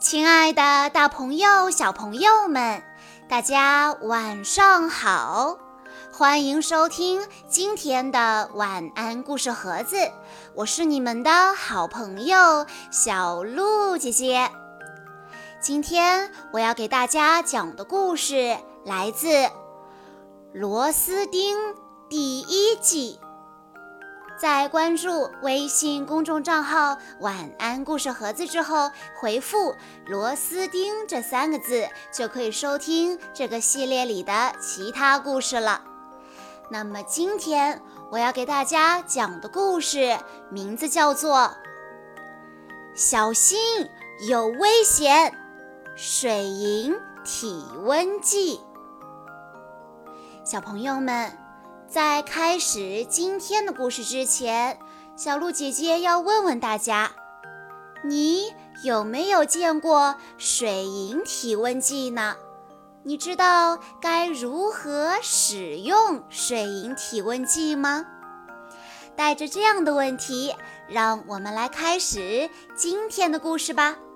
亲爱的大朋友、小朋友们，大家晚上好！欢迎收听今天的晚安故事盒子，我是你们的好朋友小鹿姐姐。今天我要给大家讲的故事来自《螺丝钉》第1季。在关注微信公众账号晚安故事盒子之后，回复螺丝钉这3个字，就可以收听这个系列里的其他故事了。那么今天我要给大家讲的故事名字叫做小心有危险，水银体温计。小朋友们，在开始今天的故事之前，小鹿姐姐要问问大家，你有没有见过水银体温计呢？你知道该如何使用水银体温计吗？带着这样的问题，让我们来开始今天的故事吧。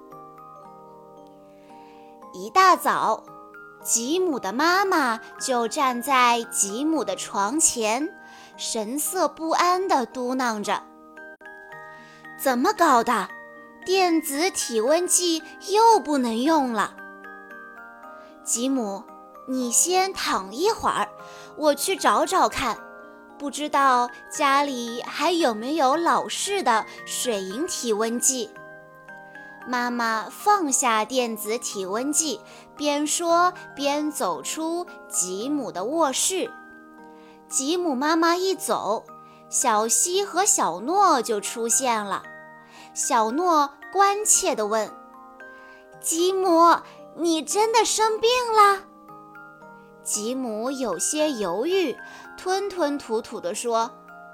一大早，吉姆的妈妈就站在吉姆的床前，神色不安地嘟囔着：怎么搞的？电子体温计又不能用了。吉姆，你先躺一会儿，我去找找看，不知道家里还有没有老式的水银体温计。妈妈放下电子体温计，边说边走出吉姆的卧室。吉姆妈妈一走，小西和小诺就出现了。小诺关切地问：吉姆，你真的生病了？吉姆有些犹豫，吞吞吐吐地说：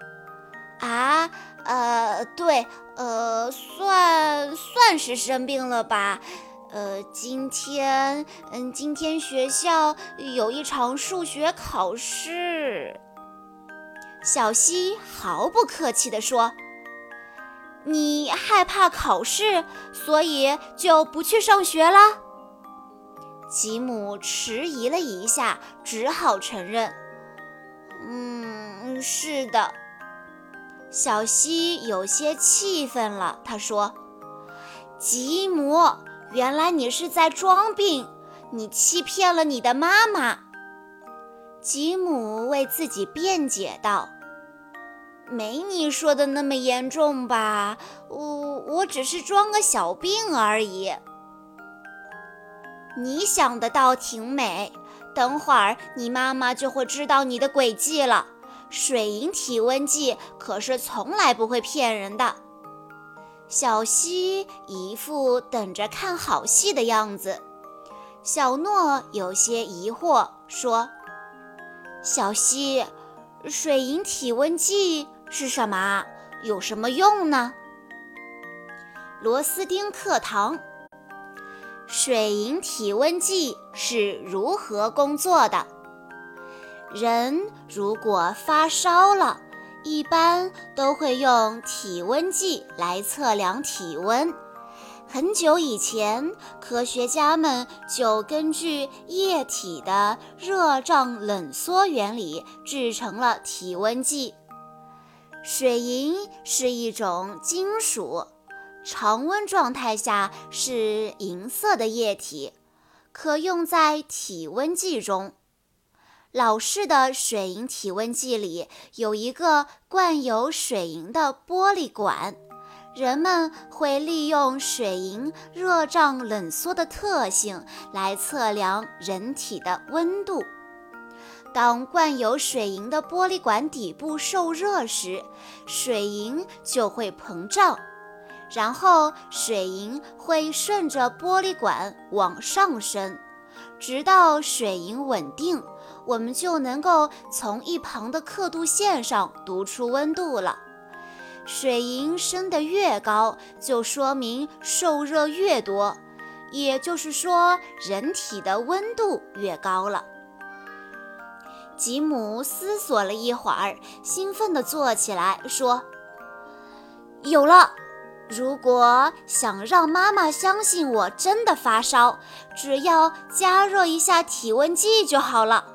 对，算是生病了吧。今天学校有一场数学考试。小西毫不客气地说：你害怕考试，所以就不去上学了？吉姆迟疑了一下，只好承认：是的。小西有些气愤了，他说：吉姆，原来你是在装病，你欺骗了你的妈妈。吉姆为自己辩解道：没你说的那么严重吧，我只是装个小病而已。你想的倒挺美，等会儿你妈妈就会知道你的诡计了。水银体温计可是从来不会骗人的。小西一副等着看好戏的样子。小诺有些疑惑说：小西，水银体温计是什么？有什么用呢？螺丝钉课堂，水银体温计是如何工作的？人如果发烧了，一般都会用体温计来测量体温。很久以前，科学家们就根据液体的热胀冷缩原理制成了体温计。水银是一种金属，常温状态下是银色的液体，可用在体温计中。老式的水银体温计里有一个灌有水银的玻璃管，人们会利用水银热胀冷缩的特性来测量人体的温度。当灌有水银的玻璃管底部受热时，水银就会膨胀，然后水银会顺着玻璃管往上升，直到水银稳定，我们就能够从一旁的刻度线上读出温度了。水银升得越高，就说明受热越多，也就是说人体的温度越高了。吉姆思索了一会儿，兴奋地坐起来说：有了， 如果想让妈妈相信我真的发烧，只要加热一下体温计就好了。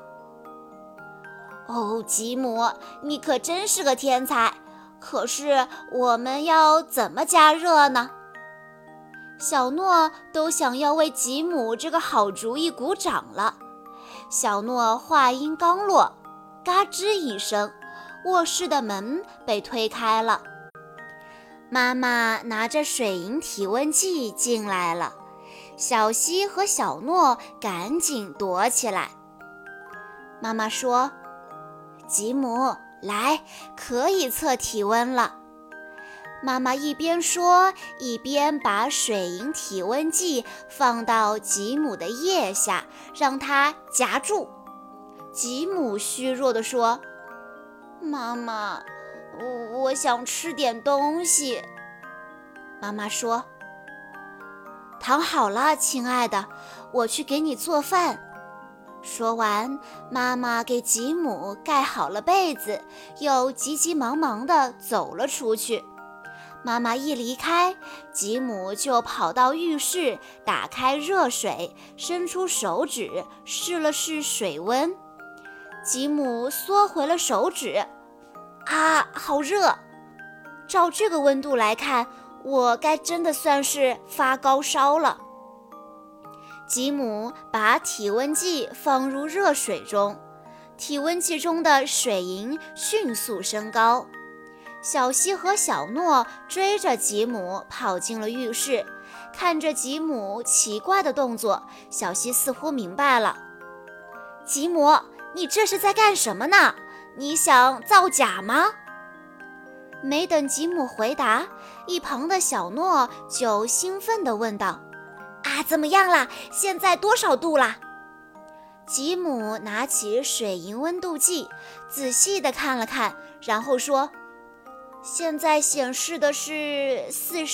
哦，吉姆，你可真是个天才。可是我们要怎么加热呢？小诺都想要为吉姆这个好主意鼓掌了。小诺话音刚落，嘎吱一声，卧室的门被推开了。妈妈拿着水银体温计进来了，小西和小诺赶紧躲起来。妈妈说：“吉姆，来，可以测体温了。”妈妈一边说，一边把水银体温计放到吉姆的腋下，让他夹住。吉姆虚弱地说：“妈妈，我想吃点东西。”妈妈说：“躺好了，亲爱的，我去给你做饭。”说完，妈妈给吉姆盖好了被子，又急急忙忙地走了出去。妈妈一离开，吉姆就跑到浴室，打开热水，伸出手指试了试水温。吉姆缩回了手指，啊，好热！照这个温度来看，我该真的算是发高烧了。吉姆把体温计放入热水中，体温计中的水银迅速升高。小西和小诺追着吉姆跑进了浴室，看着吉姆奇怪的动作，小西似乎明白了。吉姆，你这是在干什么呢？你想造假吗？没等吉姆回答，一旁的小诺就兴奋地问道：“啊，怎么样啦？现在多少度啦？”吉姆拿起水银温度计，仔细地看了看，然后说：“现在显示的是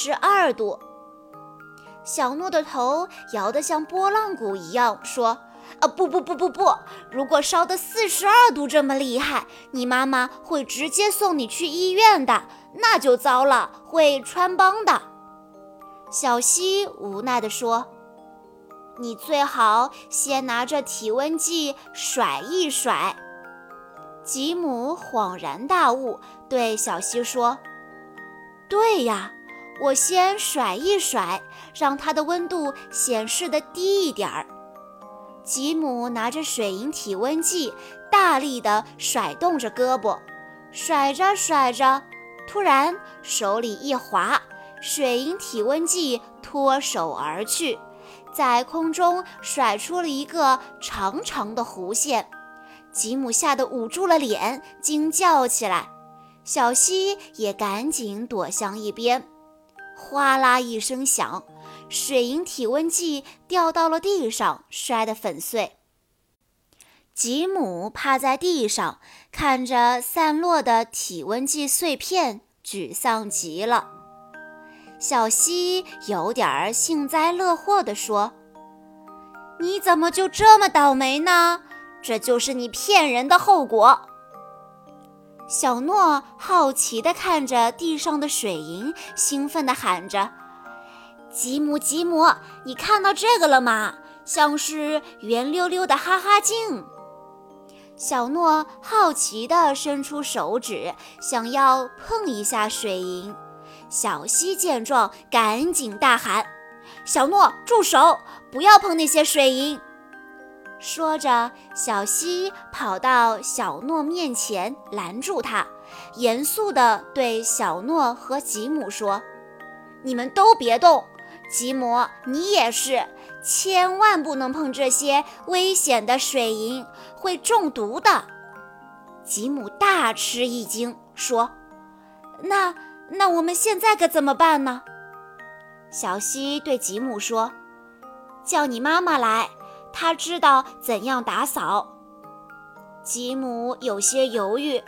42度。”小诺的头摇得像拨浪鼓一样，说：“不，如果烧得42度这么厉害，你妈妈会直接送你去医院的，那就糟了，会穿帮的。”小西无奈地说：“你最好先拿着体温计甩一甩。”吉姆恍然大悟，对小西说：“对呀，我先甩一甩，让它的温度显示得低一点儿。”吉姆拿着水银体温计，大力地甩动着胳膊，甩着甩着，突然手里一滑，水银体温计脱手而去，在空中甩出了一个长长的弧线。吉姆吓得捂住了脸，惊叫起来。小西也赶紧躲向一边。哗啦一声响，水银体温计掉到了地上，摔得粉碎。吉姆趴在地上，看着散落的体温计碎片，沮丧极了。小西有点幸灾乐祸地说：“你怎么就这么倒霉呢？这就是你骗人的后果。”小诺好奇地看着地上的水银，兴奋地喊着：“吉姆，吉姆，你看到这个了吗？像是圆溜溜的哈哈镜。”小诺好奇地伸出手指，想要碰一下水银。小西见状，赶紧大喊：“小诺，住手！不要碰那些水银！”说着，小西跑到小诺面前，拦住他，严肃地对小诺和吉姆说：“你们都别动，吉姆，你也是，千万不能碰这些危险的水银，会中毒的。”吉姆大吃一惊，说：“那我们现在可怎么办呢？”小西对吉姆说：“叫你妈妈来，她知道怎样打扫。”吉姆有些犹豫：“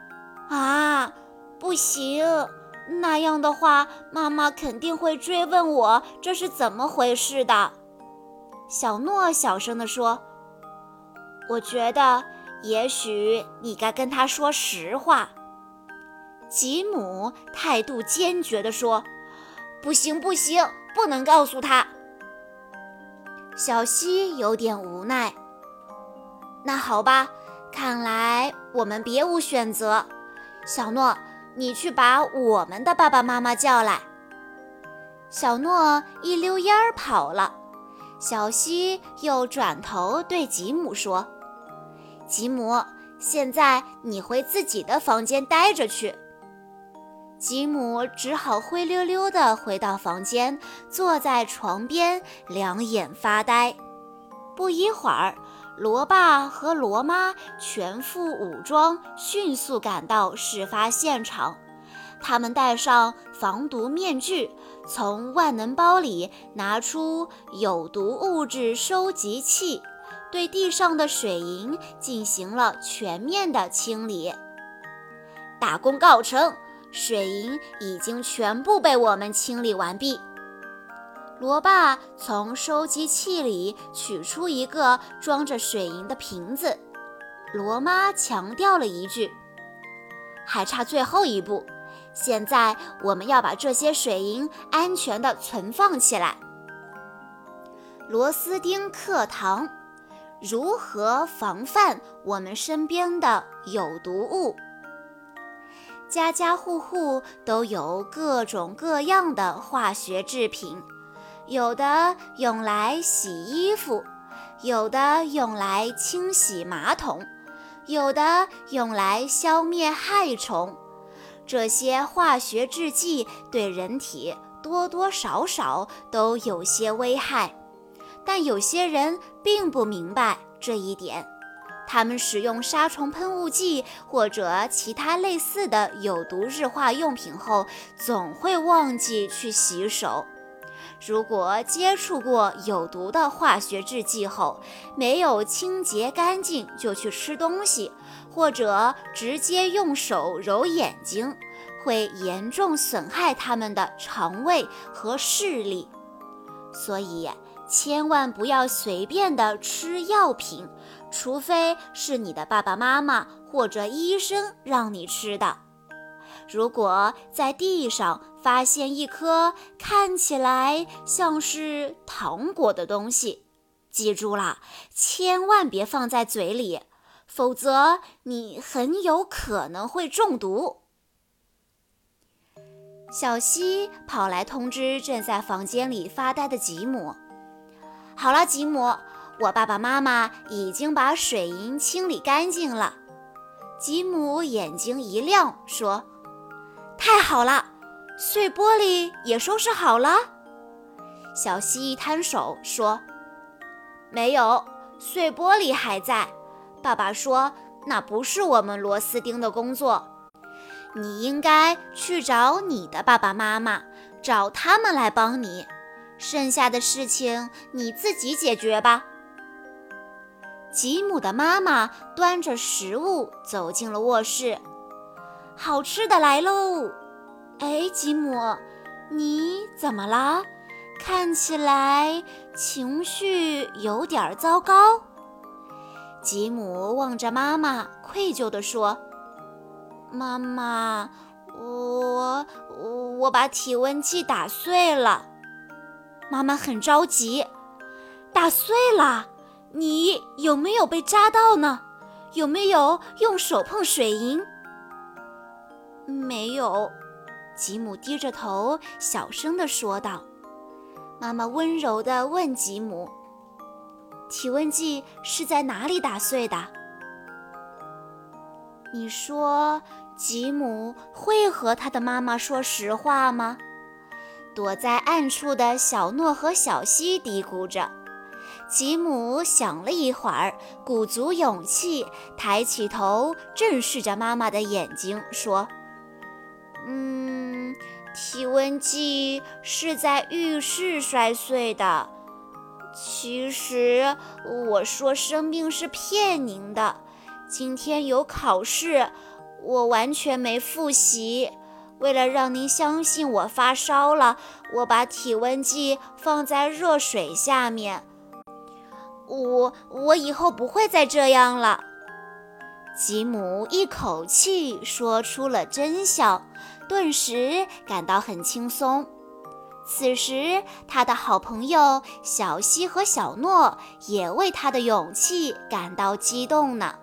不行，那样的话，妈妈肯定会追问我这是怎么回事的。”小诺小声地说：“我觉得也许你该跟她说实话。”吉姆态度坚决地说：“ 不行不行，不能告诉他。小溪有点无奈。那好吧，看来我们别无选择。小诺，你去把我们的爸爸妈妈叫来。小诺一溜烟儿跑了。小溪又转头对吉姆说：吉姆，现在你回自己的房间待着去。吉姆只好灰溜溜地回到房间，坐在床边，两眼发呆。不一会儿，罗爸和罗妈全副武装，迅速赶到事发现场。他们戴上防毒面具，从万能包里拿出有毒物质收集器，对地上的水银进行了全面的清理。大功告成，水银已经全部被我们清理完毕。罗爸从收集器里取出一个装着水银的瓶子。罗妈强调了一句：还差最后一步，现在我们要把这些水银安全地存放起来。螺丝钉课堂：如何防范我们身边的有毒物？家家户户都有各种各样的化学制品，有的用来洗衣服，有的用来清洗马桶，有的用来消灭害虫。这些化学制剂对人体多多少少都有些危害，但有些人并不明白这一点。他们使用杀虫喷雾剂或者其他类似的有毒日化用品后，总会忘记去洗手。如果接触过有毒的化学制剂后，没有清洁干净就去吃东西，或者直接用手揉眼睛，会严重损害他们的肠胃和视力。所以千万不要随便的吃药品，除非是你的爸爸妈妈或者医生让你吃的。如果在地上发现一颗看起来像是糖果的东西，记住了，千万别放在嘴里，否则你很有可能会中毒。小溪跑来通知正在房间里发呆的吉姆：好了，吉姆，我爸爸妈妈已经把水银清理干净了。吉姆眼睛一亮，说：太好了，碎玻璃也收拾好了。小溪一摊手说：没有，碎玻璃还在。爸爸说那不是我们螺丝钉的工作，你应该去找你的爸爸妈妈，找他们来帮你，剩下的事情你自己解决吧。吉姆的妈妈端着食物走进了卧室。好吃的来喽！哎，吉姆，你怎么了？看起来情绪有点糟糕。吉姆望着妈妈，愧疚地说：妈妈，我把体温计打碎了。妈妈很着急：打碎了？你有没有被扎到呢？有没有用手碰水银？没有，吉姆低着头小声地说道。妈妈温柔地问吉姆：体温计是在哪里打碎的？你说吉姆会和他的妈妈说实话吗？躲在暗处的小诺和小溪嘀咕着。吉姆想了一会儿，鼓足勇气，抬起头，正视着妈妈的眼睛，说：体温计是在浴室摔碎的。其实我说生病是骗您的，今天有考试，我完全没复习。为了让您相信我发烧了，我把体温计放在热水下面。我以后不会再这样了。吉姆一口气说出了真相，顿时感到很轻松。 此时，他的好朋友小希和小诺也为他的勇气感到激动呢。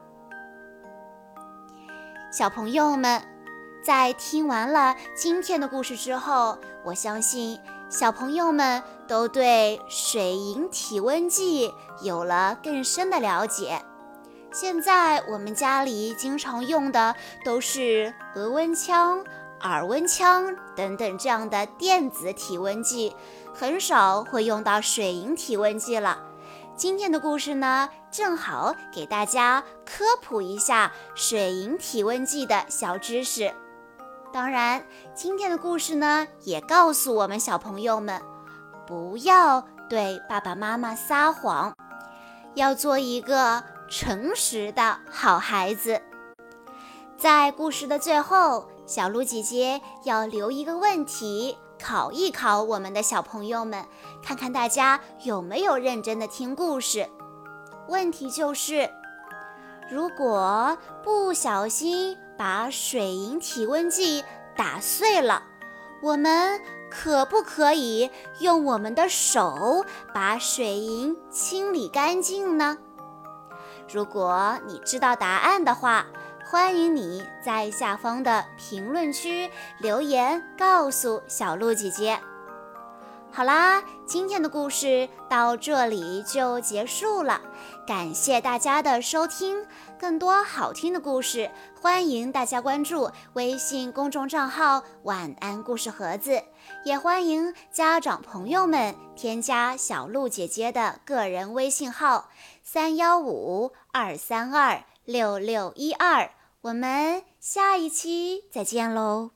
小朋友们，在听完了今天的故事之后，我相信小朋友们都对水银体温计有了更深的了解。现在我们家里经常用的都是额温枪、耳温枪等等这样的电子体温计，很少会用到水银体温计了。今天的故事呢，正好给大家科普一下水银体温计的小知识。当然，今天的故事呢，也告诉我们小朋友们，不要对爸爸妈妈撒谎，要做一个诚实的好孩子。在故事的最后，小鹿姐姐要留一个问题，考一考我们的小朋友们，看看大家有没有认真的听故事。问题就是，如果不小心把水银体温计打碎了，我们可不可以用我们的手把水银清理干净呢？如果你知道答案的话，欢迎你在下方的评论区留言告诉小鹿姐姐。好啦，今天的故事到这里就结束了，感谢大家的收听。更多好听的故事，欢迎大家关注微信公众账号晚安故事盒子，也欢迎家长朋友们添加小鹿姐姐的个人微信号315-232-6612，我们下一期再见喽。